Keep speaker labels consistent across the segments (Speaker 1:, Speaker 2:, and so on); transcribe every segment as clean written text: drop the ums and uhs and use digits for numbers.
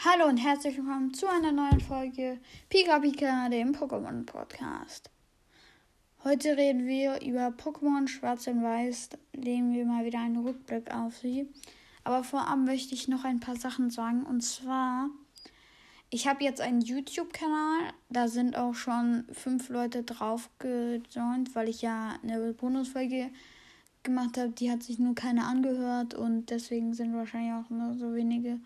Speaker 1: Hallo und herzlich willkommen zu einer neuen Folge Pika Pika, dem Pokémon Podcast. Heute reden wir über Pokémon Schwarz und Weiß, legen wir mal wieder einen Rückblick auf sie. Aber vorab möchte ich noch ein paar Sachen sagen. Und zwar, ich habe jetzt einen YouTube-Kanal, da sind auch schon 5 Leute drauf gejoint, weil ich ja eine Bonusfolge gemacht habe. Die hat sich nur keiner angehört und deswegen sind wahrscheinlich auch nur so wenige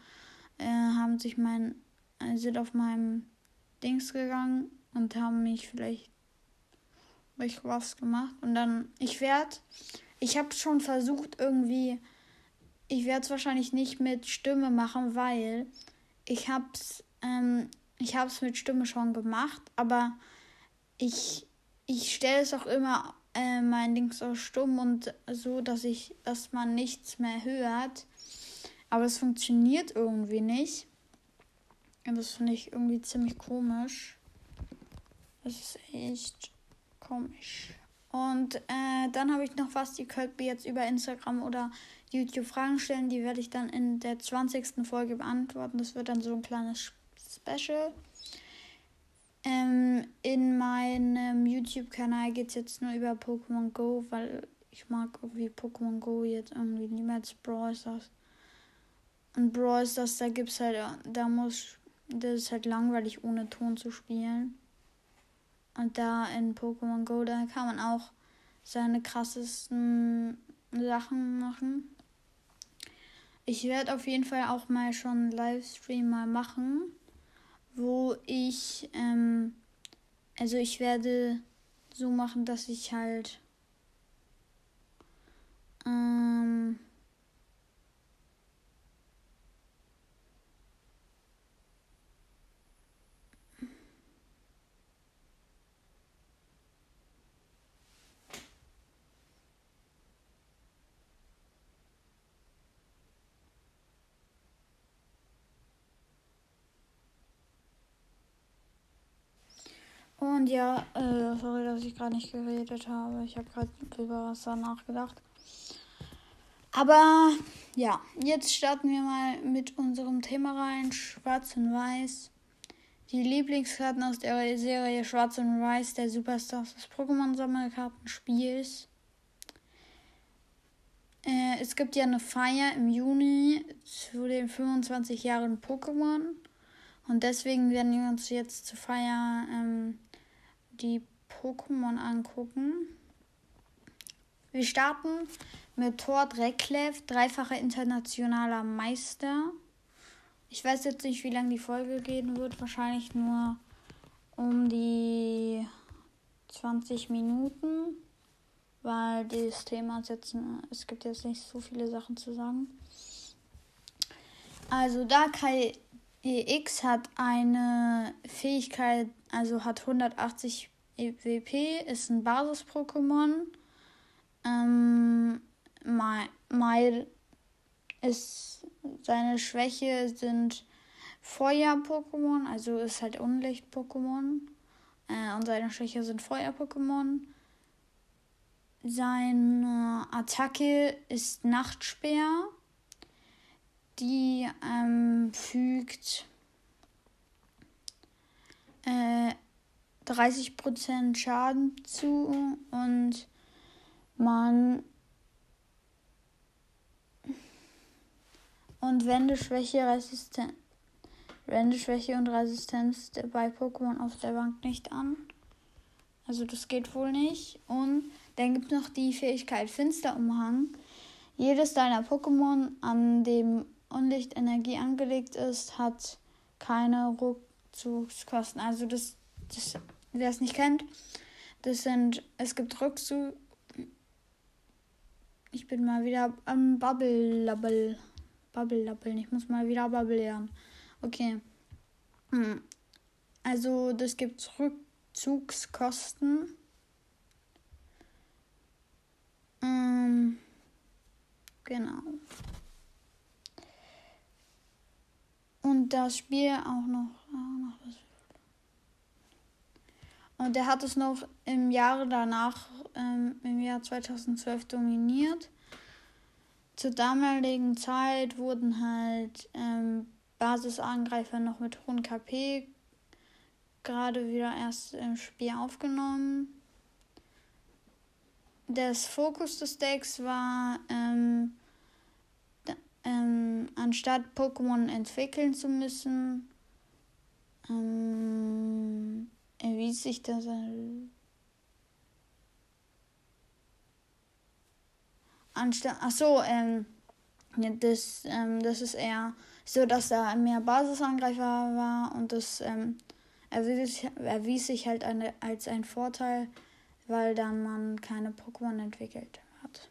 Speaker 1: sind auf meinem Dings gegangen und haben mich vielleicht was gemacht. Und dann, ich habe schon versucht irgendwie, ich werde es wahrscheinlich nicht mit Stimme machen, weil ich hab's mit Stimme schon gemacht, aber ich stelle es auch immer mein Dings auf stumm und so, dass man nichts mehr hört. Aber es funktioniert irgendwie nicht. Und das finde ich irgendwie ziemlich komisch. Das ist echt komisch. Und dann habe ich noch was. Ihr könnt mir jetzt über Instagram oder YouTube Fragen stellen. Die werde ich dann in der 20. Folge beantworten. Das wird dann so ein kleines Special. In meinem YouTube-Kanal geht es jetzt nur über Pokémon Go, weil ich mag irgendwie Pokémon Go jetzt irgendwie nicht mehr als Brawl Stars. Und Brawl Stars, das ist halt langweilig ohne Ton zu spielen. Und da in Pokémon Go, da kann man auch seine krassesten Sachen machen. Ich werde auf jeden Fall auch mal schon einen Livestream mal machen, wo ich werde so machen, dass ich halt und ja, sorry, dass ich gerade nicht geredet habe. Ich habe gerade über was nachgedacht. Aber ja, jetzt starten wir mal mit unserem Thema rein. Schwarz und Weiß. Die Lieblingskarten aus der Serie Schwarz und Weiß, der Superstars des Pokémon-Sammelkartenspiels. Es gibt ja eine Feier im Juni zu den 25 Jahren Pokémon. Und deswegen werden wir uns jetzt zur Feier die Pokémon angucken. Wir starten mit Thor Drecklev, dreifacher internationaler Meister. Ich weiß jetzt nicht, wie lange die Folge gehen wird. Wahrscheinlich nur um die 20 Minuten. Weil dieses Thema es gibt jetzt nicht so viele Sachen zu sagen. Also Darkrai EX hat eine Fähigkeit, also hat 180 EWP, ist ein Basis-Pokémon. Seine Schwäche sind Feuer-Pokémon, also ist halt Unlicht-Pokémon. Und seine Schwäche sind Feuer-Pokémon. Seine Attacke ist Nachtspeer. Die fügt 30% Schaden zu und wende Schwäche und Resistenz bei Pokémon auf der Bank nicht an. Also das geht wohl nicht. Und dann gibt es noch die Fähigkeit Finsterumhang. Jedes deiner Pokémon, an dem Unlichtenergie angelegt ist, hat keine Rückzugskosten. Also wer es nicht kennt, es gibt Rückzug. Ich bin mal wieder am Bubble-Labbeln. Ich muss mal wieder Bubble lernen. Okay. Also das gibt Rückzugskosten. Genau. Und das Spiel auch noch und er hat es noch im Jahre danach, im Jahr 2012 dominiert. Zur damaligen Zeit wurden halt Basisangreifer noch mit hohem KP. Gerade wieder erst im Spiel aufgenommen. Das Fokus des Decks war, anstatt Pokémon entwickeln zu müssen, erwies sich das. Das ist eher so, dass da mehr Basisangreifer war und das erwies sich halt als ein Vorteil, weil dann man keine Pokémon entwickelt hat.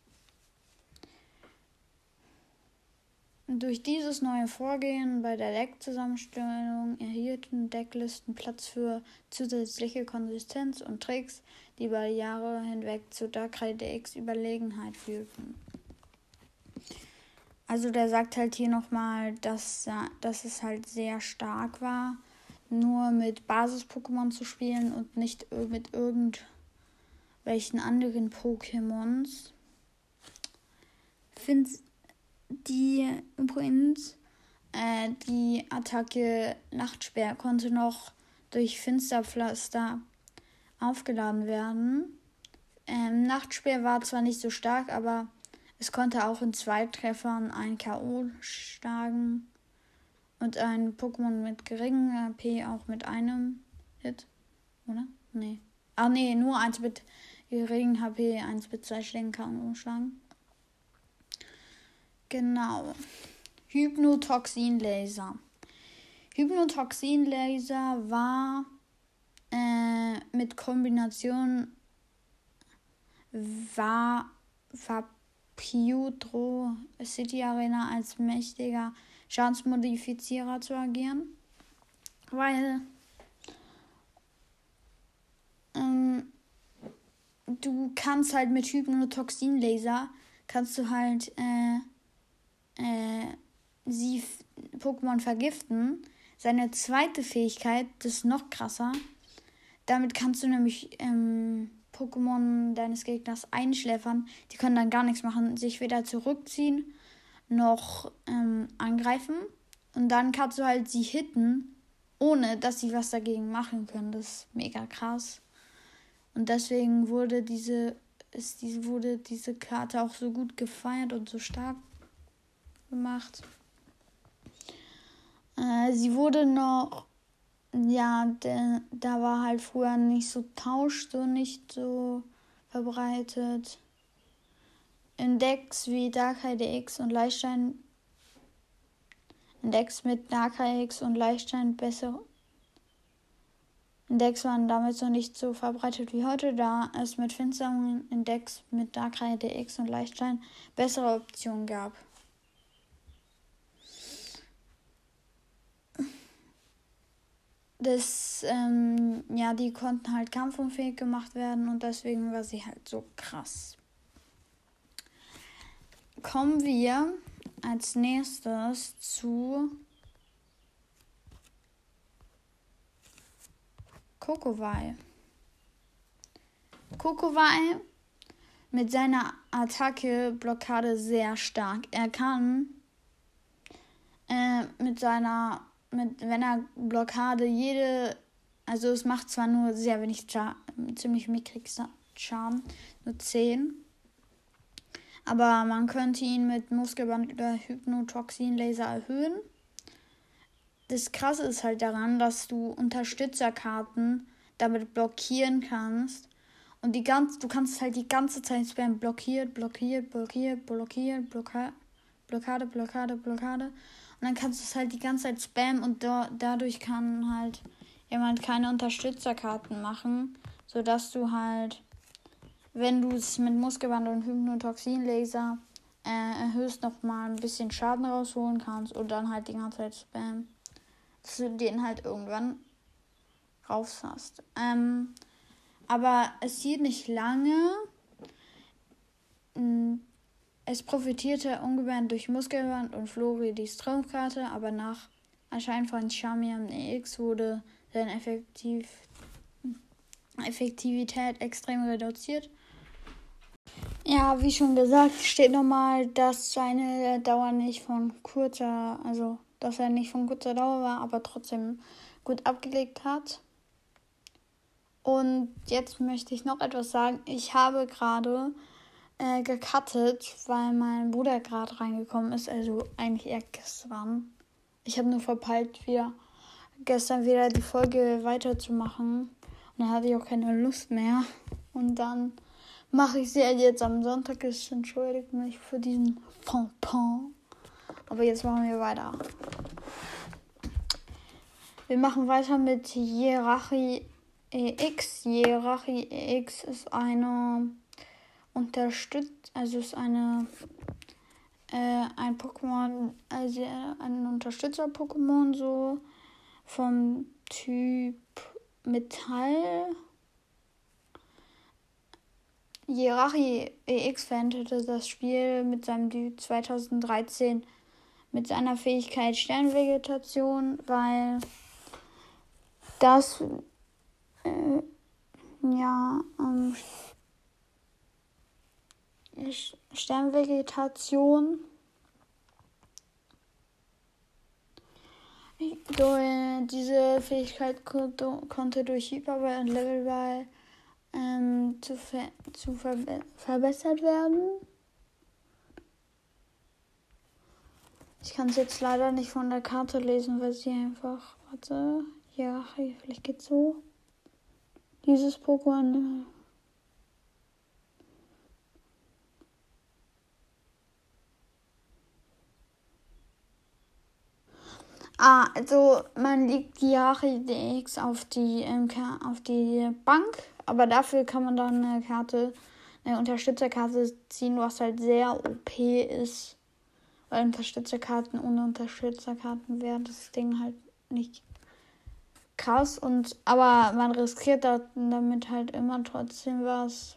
Speaker 1: Durch dieses neue Vorgehen bei der Deckzusammenstellung erhielten Decklisten Platz für zusätzliche Konsistenz und Tricks, die über Jahre hinweg zu Darkrai DX Überlegenheit führten. Also der sagt halt hier nochmal, dass es halt sehr stark war, nur mit Basis-Pokémon zu spielen und nicht mit irgendwelchen anderen Pokémons. Die Attacke Nachtsperr konnte noch durch Finsterpflaster aufgeladen werden. Nachtsperr war zwar nicht so stark, aber es konnte auch in 2 Treffern ein K.O. schlagen und ein Pokémon mit geringem AP auch mit einem Hit, oder? Nee. Nur eins mit geringem HP, eins mit 2 Schlägen K.O. schlagen. Genau. Hypnotoxin-Laser. Hypnotoxin-Laser war mit Kombination war Piutro City Arena als mächtiger Schadensmodifizierer zu agieren, weil du kannst halt mit Hypnotoxin-Laser kannst du halt sie Pokémon vergiften. Seine zweite Fähigkeit, das ist noch krasser. Damit kannst du nämlich Pokémon deines Gegners einschläfern. Die können dann gar nichts machen, sich weder zurückziehen noch angreifen. Und dann kannst du halt sie hitten, ohne dass sie was dagegen machen können. Das ist mega krass. Und deswegen wurde diese Karte auch so gut gefeiert und so stark gemacht. Sie wurde noch, da war halt früher nicht so nicht so verbreitet. In Decks wie Darkrai DX und Leuchtstein, in Decks mit Darkrai DX und Leuchtstein in Decks waren damals noch nicht so verbreitet wie heute, da es mit Finsterungen in Decks mit Darkrai DX und Leuchtstein bessere Optionen gab. Die konnten halt kampfunfähig gemacht werden und deswegen war sie halt so krass. Kommen wir als nächstes zu Kokowai. Kokowai mit seiner Attacke Blockade sehr stark. Er kann wenn er Blockade es macht zwar nur sehr wenig ziemlich mickrig Schaden, nur 10, aber man könnte ihn mit Muskelband oder Hypnotoxin-Laser erhöhen. Das Krasse ist halt daran, dass du Unterstützerkarten damit blockieren kannst und du kannst halt die ganze Zeit spammen, Blockade. Und dann kannst du es halt die ganze Zeit spammen und dadurch kann halt jemand keine Unterstützerkarten machen, sodass du halt, wenn du es mit Muskelband und Hypnotoxin-Laser erhöhst, nochmal ein bisschen Schaden rausholen kannst und dann halt die ganze Zeit spammen, dass du den halt irgendwann raus hast. Aber es hielt nicht lange. Es profitierte ungewöhnlich durch Muskelband und Flori die Stromkarte, aber nach Erscheinen von Charmian EX wurde seine Effektivität extrem reduziert. Ja, wie schon gesagt, steht nochmal, dass seine Dauer nicht von kurzer, also dass er nicht von kurzer Dauer war, aber trotzdem gut abgelegt hat. Und jetzt möchte ich noch etwas sagen. Ich habe gerade gecuttet, weil mein Bruder gerade reingekommen ist, also eigentlich eher gestern. Ich habe nur verpeilt, gestern wieder die Folge weiterzumachen. Und dann hatte ich auch keine Lust mehr. Und dann mache ich sie jetzt am Sonntag. Ich entschuldige mich für diesen Fauxpas. Aber jetzt machen wir weiter. Wir machen weiter mit Hierarchie EX. Hierarchie EX ist eine ein Pokémon, also ein Unterstützer-Pokémon, so vom Typ Metall. Hierarchie EX veränderte das Spiel mit seinem Debüt 2013 mit seiner Fähigkeit Sternvegetation, weil das Sternvegetation diese Fähigkeit konnte durch Hyperball und Levelball verbessert werden. Ich kann es jetzt leider nicht von der Karte lesen, weil sie einfach, ja, vielleicht geht's so. Dieses Pokémon. Also man legt die Hierarchie DX auf die Bank, aber dafür kann man dann eine Unterstützerkarte ziehen, was halt sehr OP ist. Weil Unterstützerkarten ohne Unterstützerkarten wäre das Ding halt nicht krass. Aber man riskiert damit halt immer trotzdem was.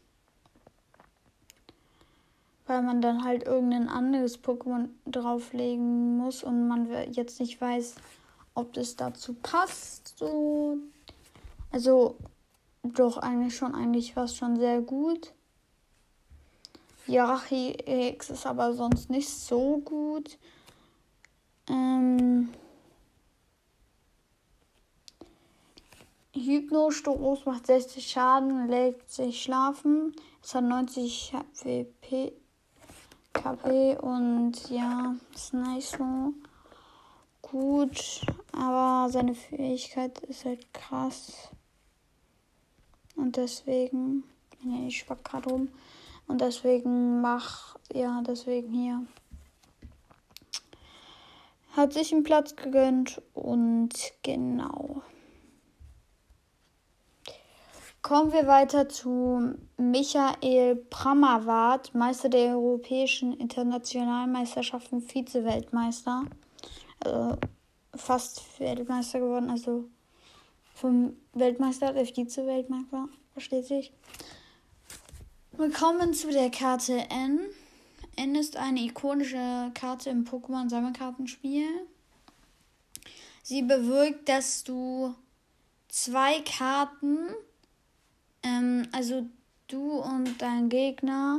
Speaker 1: Weil man dann halt irgendein anderes Pokémon drauflegen muss und man jetzt nicht weiß, ob das dazu passt. So. Also doch eigentlich war es schon sehr gut. Hierarchie X ist aber sonst nicht so gut. Hypnostoß macht 60 Schaden, legt sich schlafen. Es hat 90 KP und ja, ist nicht so gut, aber seine Fähigkeit ist halt krass. Und deswegen, ich spack gerade rum. Und deswegen hier. Hat sich einen Platz gegönnt und genau. Kommen wir weiter zu Michael Pramawat, Meister der europäischen Internationalmeisterschaften, Vize-Weltmeister. Also fast Weltmeister geworden, also vom Weltmeister der Vize-Weltmeister, versteht sich. Willkommen zu der Karte N. N ist eine ikonische Karte im Pokémon-Sammelkartenspiel. Sie bewirkt, dass du 2 Karten, also du und dein Gegner,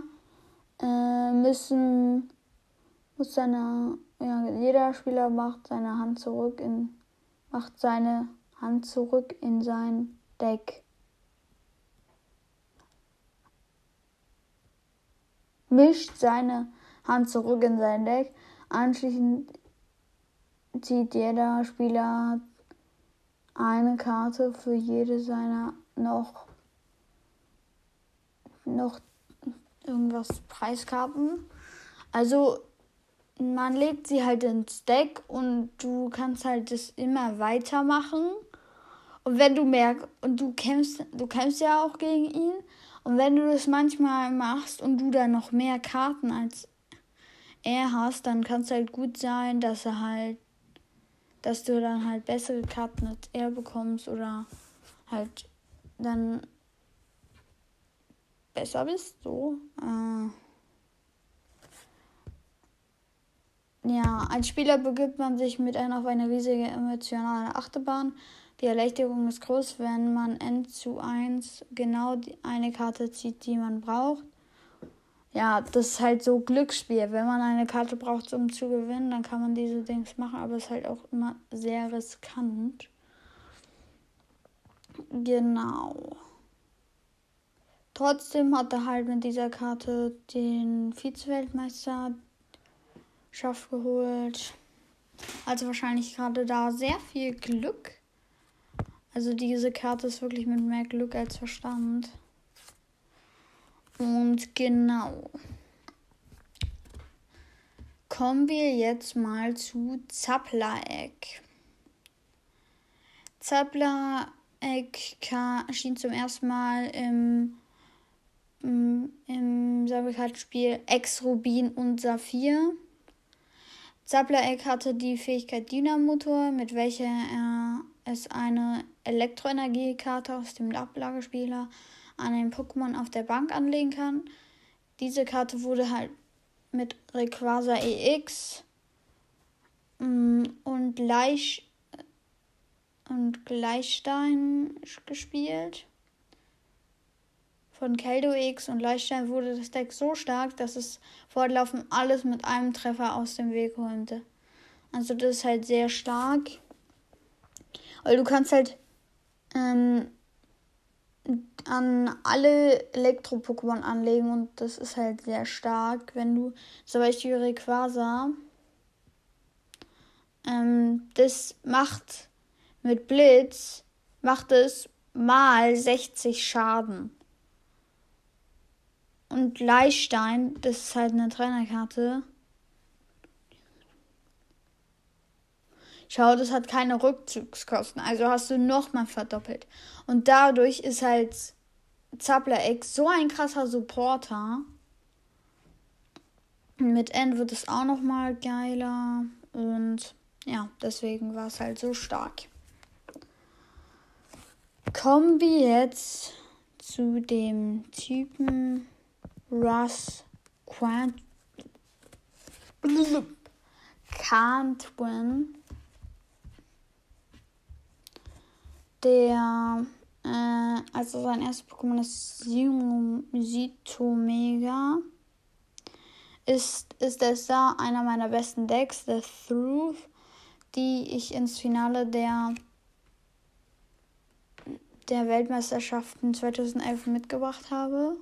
Speaker 1: jeder Spieler macht seine Hand zurück in sein Deck. Mischt seine Hand zurück in sein Deck. Anschließend zieht jeder Spieler eine Karte für jede seiner noch irgendwas Preiskarten. Also man legt sie halt ins Deck und du kannst halt das immer weitermachen. Und wenn du merkst, und du kämpfst ja auch gegen ihn. Und wenn du das manchmal machst und du dann noch mehr Karten als er hast, dann kann es halt gut sein, dass du dann halt bessere Karten als er bekommst oder halt dann besser bist. So. Ja, als Spieler begibt man sich mit auf eine riesige emotionale Achterbahn. Die Erleichterung ist groß, wenn man N zu 1 genau eine Karte zieht, die man braucht. ja, das ist halt so Glücksspiel. Wenn man eine Karte braucht, um zu gewinnen, dann kann man diese Dings machen, aber es ist halt auch immer sehr riskant. Genau. Trotzdem hat er halt mit dieser Karte den Vize-Weltmeisterschaft geholt. Also wahrscheinlich gerade da sehr viel Glück. Also diese Karte ist wirklich mit mehr Glück als Verstand. Und genau. Kommen wir jetzt mal zu Zapplereck. Zapplereck erschien zum ersten Mal im Sammelkartenspiel X-Rubin und Saphir. Zapplereck hatte die Fähigkeit Dynamotor, mit welcher es eine Elektroenergiekarte aus dem Ablagespieler an den Pokémon auf der Bank anlegen kann. Diese Karte wurde halt mit Rayquaza EX und Gleichstein gespielt. Von Keldo X und Leichtstein wurde das Deck so stark, dass es fortlaufend alles mit einem Treffer aus dem Weg räumte. Also das ist halt sehr stark. Weil du kannst halt an alle Elektro-Pokémon anlegen und das ist halt sehr stark. Wenn du zum Beispiel Rayquaza das macht mit Blitz, macht es mal 60 Schaden. Und Leichtstein, das ist halt eine Trainerkarte. Schau, das hat keine Rückzugskosten. Also hast du nochmal verdoppelt. Und dadurch ist halt Zapplereck so ein krasser Supporter. Mit End wird es auch nochmal geiler. Und ja, deswegen war es halt so stark. Kommen wir jetzt zu dem Typen Russ Cantwin, der also sein erstes Pokémon ist Sitomega. Ist es da einer meiner besten Decks, der Truth, die ich ins Finale der Weltmeisterschaften 2011 mitgebracht habe.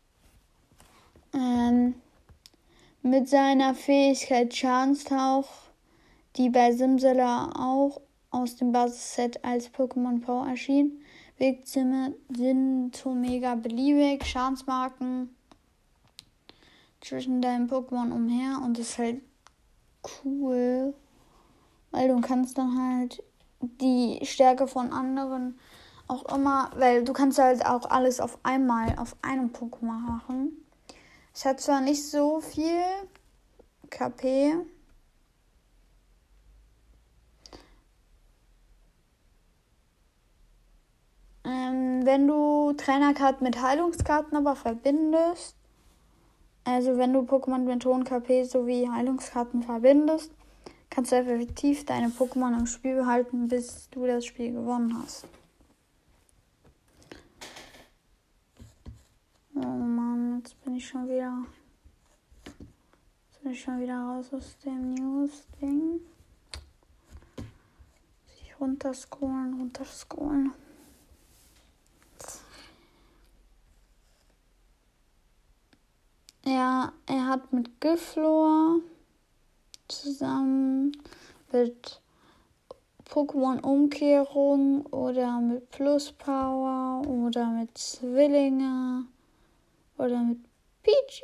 Speaker 1: Mit seiner Fähigkeit Schadenstauch, die bei Simsala auch aus dem Basisset als Pokémon Power erschien, wirkt Sitomega beliebig Schadensmarken zwischen deinen Pokémon umher und das ist halt cool, weil du kannst dann halt die Stärke von anderen auch immer, weil du kannst halt auch alles auf einmal auf einem Pokémon machen. Es hat zwar nicht so viel KP, wenn du Trainerkarten mit Heilungskarten aber verbindest, also wenn du Pokémon mit hohen KP sowie Heilungskarten verbindest, kannst du effektiv deine Pokémon im Spiel behalten, bis du das Spiel gewonnen hast. Oh Mann, jetzt bin ich schon wieder raus aus dem News-Ding. Sich runterscrollen. Ja, er hat mit Giflor zusammen mit Pokémon-Umkehrung oder mit Plus-Power oder mit Zwillinge oder mit Pichu,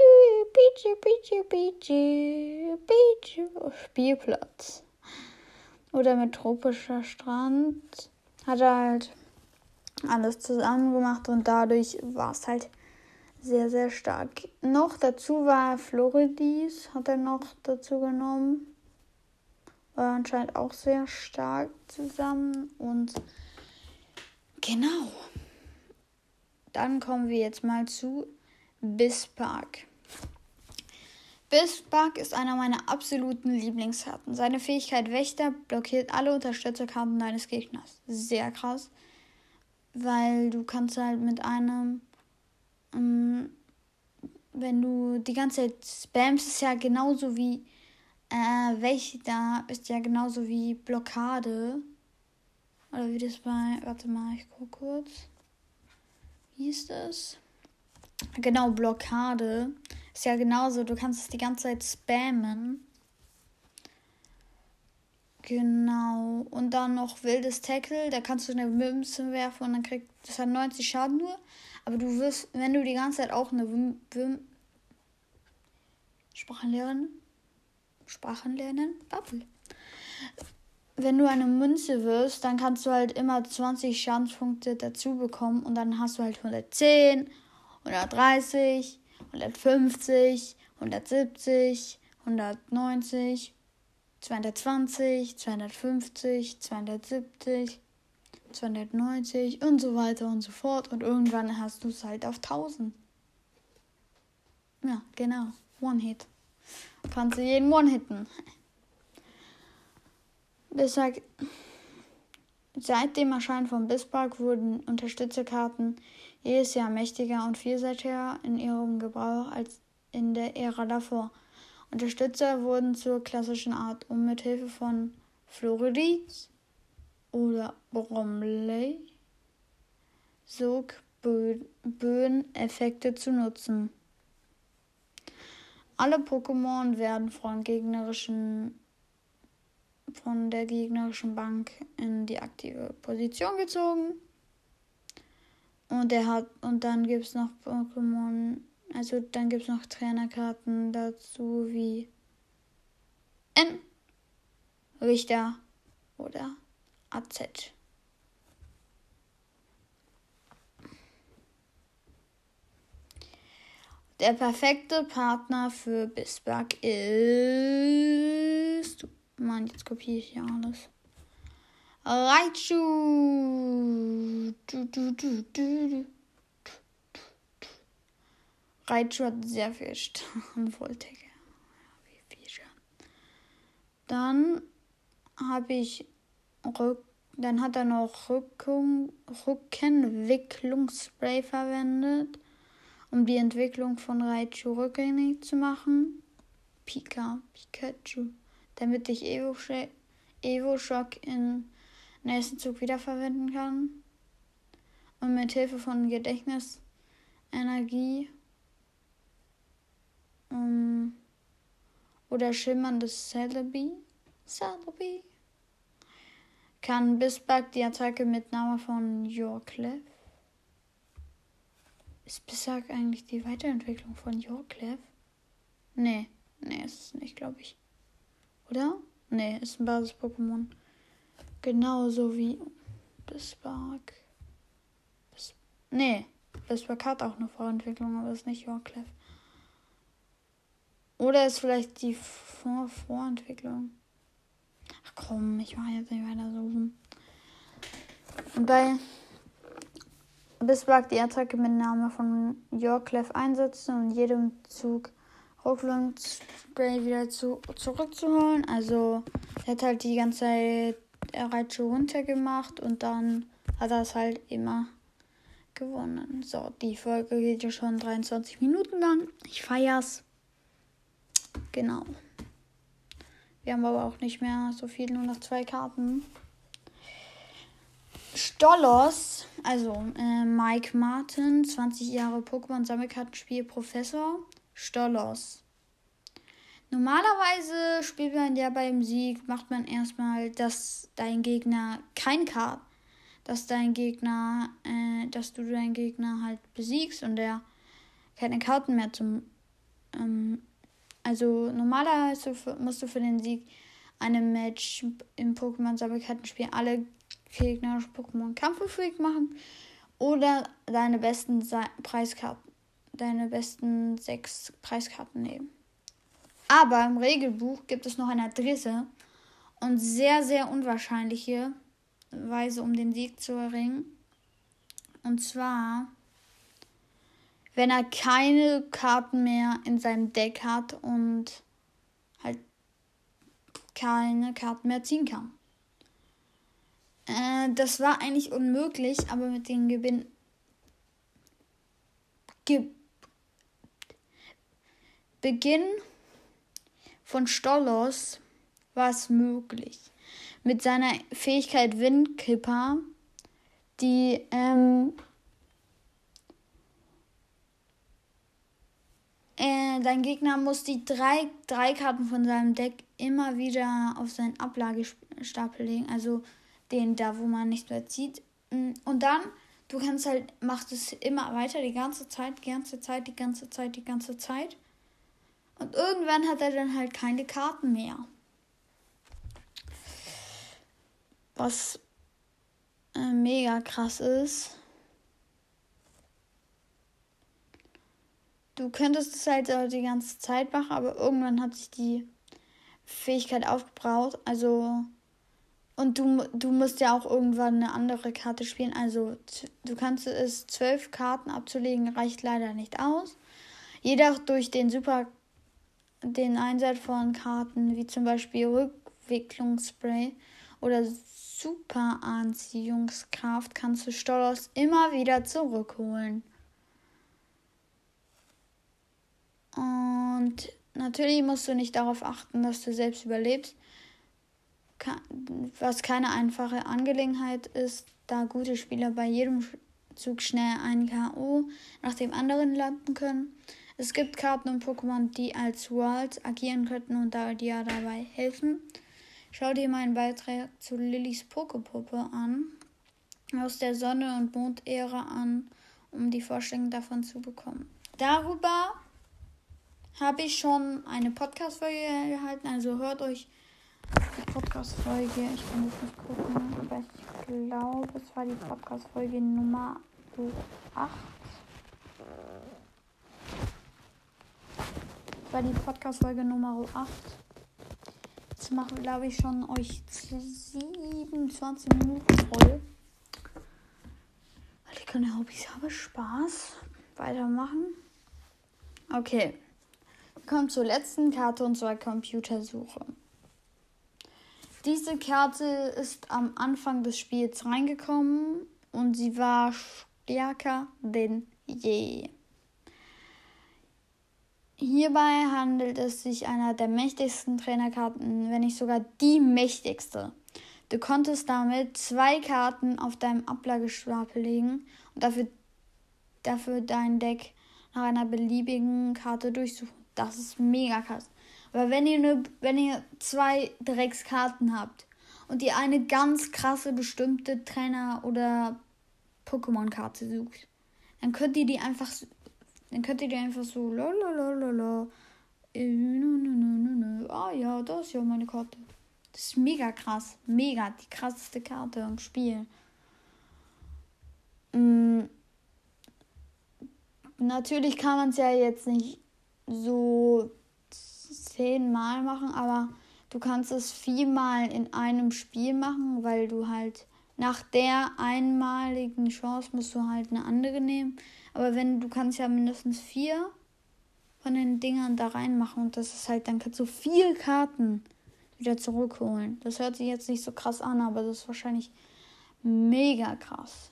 Speaker 1: Spielplatz. Oder mit tropischer Strand. Hat er halt alles zusammen gemacht und dadurch war es halt sehr, sehr stark. Noch dazu war Floridis, hat er noch dazu genommen. War anscheinend auch sehr stark zusammen und genau. Dann kommen wir jetzt mal zu Bispark. Bispark ist einer meiner absoluten Lieblingskarten. Seine Fähigkeit Wächter blockiert alle Unterstützerkarten deines Gegners. Sehr krass, weil du kannst halt mit einem wenn du die ganze Zeit spamst, ist ja genauso wie welche da ist ja genauso wie Blockade. Oder wie das bei, warte mal, ich gucke kurz. Wie ist das? Genau, Blockade. Ist ja genauso, du kannst es die ganze Zeit spammen. Genau. Und dann noch wildes Tackle, da kannst du eine Münze werfen und dann kriegt das hat 90 Schaden nur. Aber du wirst, wenn du die ganze Zeit auch eine Sprachen lernen, Bubble. Wenn du eine Münze wirst, dann kannst du halt immer 20 Schadenspunkte dazu bekommen und dann hast du halt 110, 130, 150, 170, 190, 220, 250, 270, 290 und so weiter und so fort. Und irgendwann hast du es halt auf 1000. Ja, genau. One-Hit. Kannst du jeden One-Hitten. Seit dem Erscheinen von Bismarck wurden Unterstützerkarten jedes Jahr mächtiger und vielseitiger in ihrem Gebrauch als in der Ära davor. Unterstützer wurden zur klassischen Art, um mit Hilfe von Floridis oder Bromley Sog-Böen-Effekte zu nutzen. Alle Pokémon werden von der gegnerischen Bank in die aktive Position gezogen. Und dann gibt es noch Pokémon, also dann gibt es noch Trainerkarten dazu wie N, Richter oder AZ. Der perfekte Partner für Bismarck ist... Mann, jetzt kopiere ich hier alles. Raichu. Raichu hat sehr viel Schaden. Wie viel Schaden. Dann hat er noch Rückenwicklungsspray verwendet, um die Entwicklung von Raichu rückgängig zu machen. Pikachu. Damit ich Evo-Shock im nächsten Zug wiederverwenden kann. Und mit Hilfe von Gedächtnisenergie oder schimmerndes Celebi kann Bismarck die Attacke mit Name von Yorklef. Ist Bismarck eigentlich die Weiterentwicklung von Yorklef? Nee, ist es nicht, glaube ich. Oder? Nee, ist ein Basis-Pokémon. Genauso wie Bismarck. Bismarck hat auch eine Vorentwicklung, aber ist nicht Yorklef. Oder ist vielleicht die Vorentwicklung. Ach komm, ich mache jetzt nicht weiter suchen. Und bei Bismarck die Attacke mit Name von Yorklef einsetzen und jedem Zug Rückenwicklungsspray wieder zurückzuholen. Also er hat halt die ganze Zeit Raichu runtergemacht und dann hat er es halt immer gewonnen. So, die Folge geht ja schon 23 Minuten lang. Ich feier's. Genau. Wir haben aber auch nicht mehr so viel, nur noch 2 Karten. Stolos, also Mike Martin, 20 Jahre Pokémon-Sammelkartenspiel, Professor. Stolos. Normalerweise spielt man ja beim Sieg, macht man erstmal, dass dein Gegner dass du deinen Gegner halt besiegst und der keine Karten mehr also normalerweise musst du für den Sieg einem Match im Pokémon-Sammelkartenspiel alle gegnerischen Pokémon kampfunfähig machen oder deine besten 6 Preiskarten nehmen. Aber im Regelbuch gibt es noch eine dritte und sehr, sehr unwahrscheinliche Weise, um den Sieg zu erringen. Und zwar, wenn er keine Karten mehr in seinem Deck hat und halt keine Karten mehr ziehen kann. Das war eigentlich unmöglich, aber mit dem Beginn von Stolos war es möglich. Mit seiner Fähigkeit Windkipper, die dein Gegner muss die drei Karten von seinem Deck immer wieder auf seinen Ablagestapel legen, also den da, wo man nicht mehr zieht. Und dann, du kannst halt, machst es immer weiter, die ganze Zeit. Und irgendwann hat er dann halt keine Karten mehr. Was mega krass ist. Du könntest es halt die ganze Zeit machen, aber irgendwann hat sich die Fähigkeit aufgebraucht. Also, und du musst ja auch irgendwann eine andere Karte spielen. Also, du kannst es 12 Karten abzulegen, reicht leider nicht aus. Jedoch durch den Einsatz von Karten, wie zum Beispiel Rückwicklungsspray oder Superanziehungskraft, kannst du Stolos immer wieder zurückholen. Und natürlich musst du nicht darauf achten, dass du selbst überlebst, was keine einfache Angelegenheit ist, da gute Spieler bei jedem Zug schnell einen K.O. nach dem anderen landen können. Es gibt Karten und Pokémon, die als Worlds agieren könnten und dir dabei helfen. Schau dir meinen Beitrag zu Lillys Pokepuppe an, aus der Sonne- und Mondära an, um die Vorstellung davon zu bekommen. Darüber habe ich schon eine Podcast-Folge gehalten, also hört euch die Podcast-Folge, ich kann jetzt nicht gucken, aber ich glaube, es war die Podcast-Folge Nummer 8. Es war die Podcast-Folge Nummer 8. Jetzt mache, glaube ich, schon euch 27 Minuten voll. Weil ich keine Hobbys habe, Spaß. Weitermachen. Okay. Kommt zur letzten Karte, und zwar Computersuche. Diese Karte ist am Anfang des Spiels reingekommen und sie war stärker denn je. Hierbei handelt es sich einer der mächtigsten Trainerkarten, wenn nicht sogar die mächtigste. Du konntest damit 2 Karten auf deinem Ablagestapel legen und dafür dein Deck nach einer beliebigen Karte durchsuchen. Das ist mega krass. Aber wenn ihr 2 Dreckskarten habt und ihr eine ganz krasse bestimmte Trainer- oder Pokémon-Karte sucht, dann könnt ihr die einfach so ah ja, das ist ja meine Karte. Das ist mega krass. Mega, die krasseste Karte im Spiel. Natürlich kann man es ja jetzt nicht so 10-mal machen, aber du kannst es 4-mal in einem Spiel machen, weil du halt nach der einmaligen Chance musst du halt eine andere nehmen. Aber du kannst ja mindestens 4 von den Dingern da reinmachen und das ist halt, dann kannst du 4 Karten wieder zurückholen. Das hört sich jetzt nicht so krass an, aber das ist wahrscheinlich mega krass.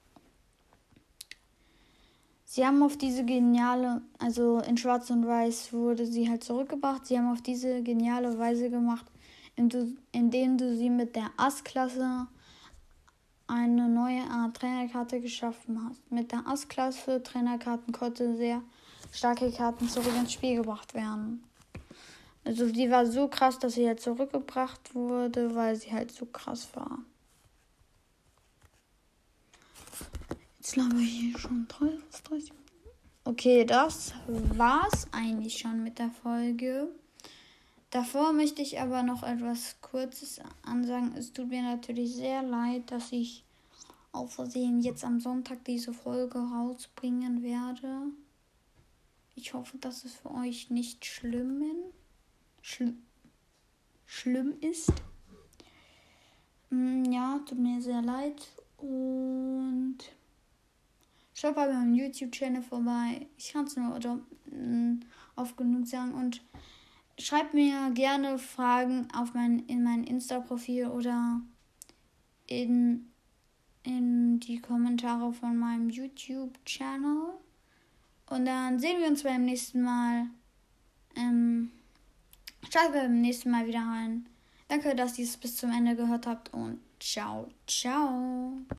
Speaker 1: Sie haben auf diese geniale, also in Schwarz und Weiß wurde sie halt zurückgebracht. Sie haben auf diese geniale Weise gemacht, indem du sie mit der Ass-Klasse eine neue Art Trainerkarte geschaffen hast. Mit der Ass-Klasse Trainerkarten konnte sehr starke Karten zurück ins Spiel gebracht werden. Also die war so krass, dass sie halt zurückgebracht wurde, weil sie halt so krass war. Jetzt laber ich hier schon 30 Minuten. Okay, das war's eigentlich schon mit der Folge. Davor möchte ich aber noch etwas Kurzes ansagen. Es tut mir natürlich sehr leid, dass ich auf Versehen jetzt am Sonntag diese Folge rausbringen werde. Ich hoffe, dass es für euch nicht schlimm ist. Ja, tut mir sehr leid. Und schaut bei meinem YouTube-Channel vorbei. Ich kann es nur oft genug sagen. Und schreibt mir gerne Fragen in mein Insta-Profil oder in die Kommentare von meinem YouTube-Channel. Und dann sehen wir uns beim nächsten Mal. Schaltet beim nächsten Mal wieder rein. Danke, dass ihr es bis zum Ende gehört habt und ciao, ciao.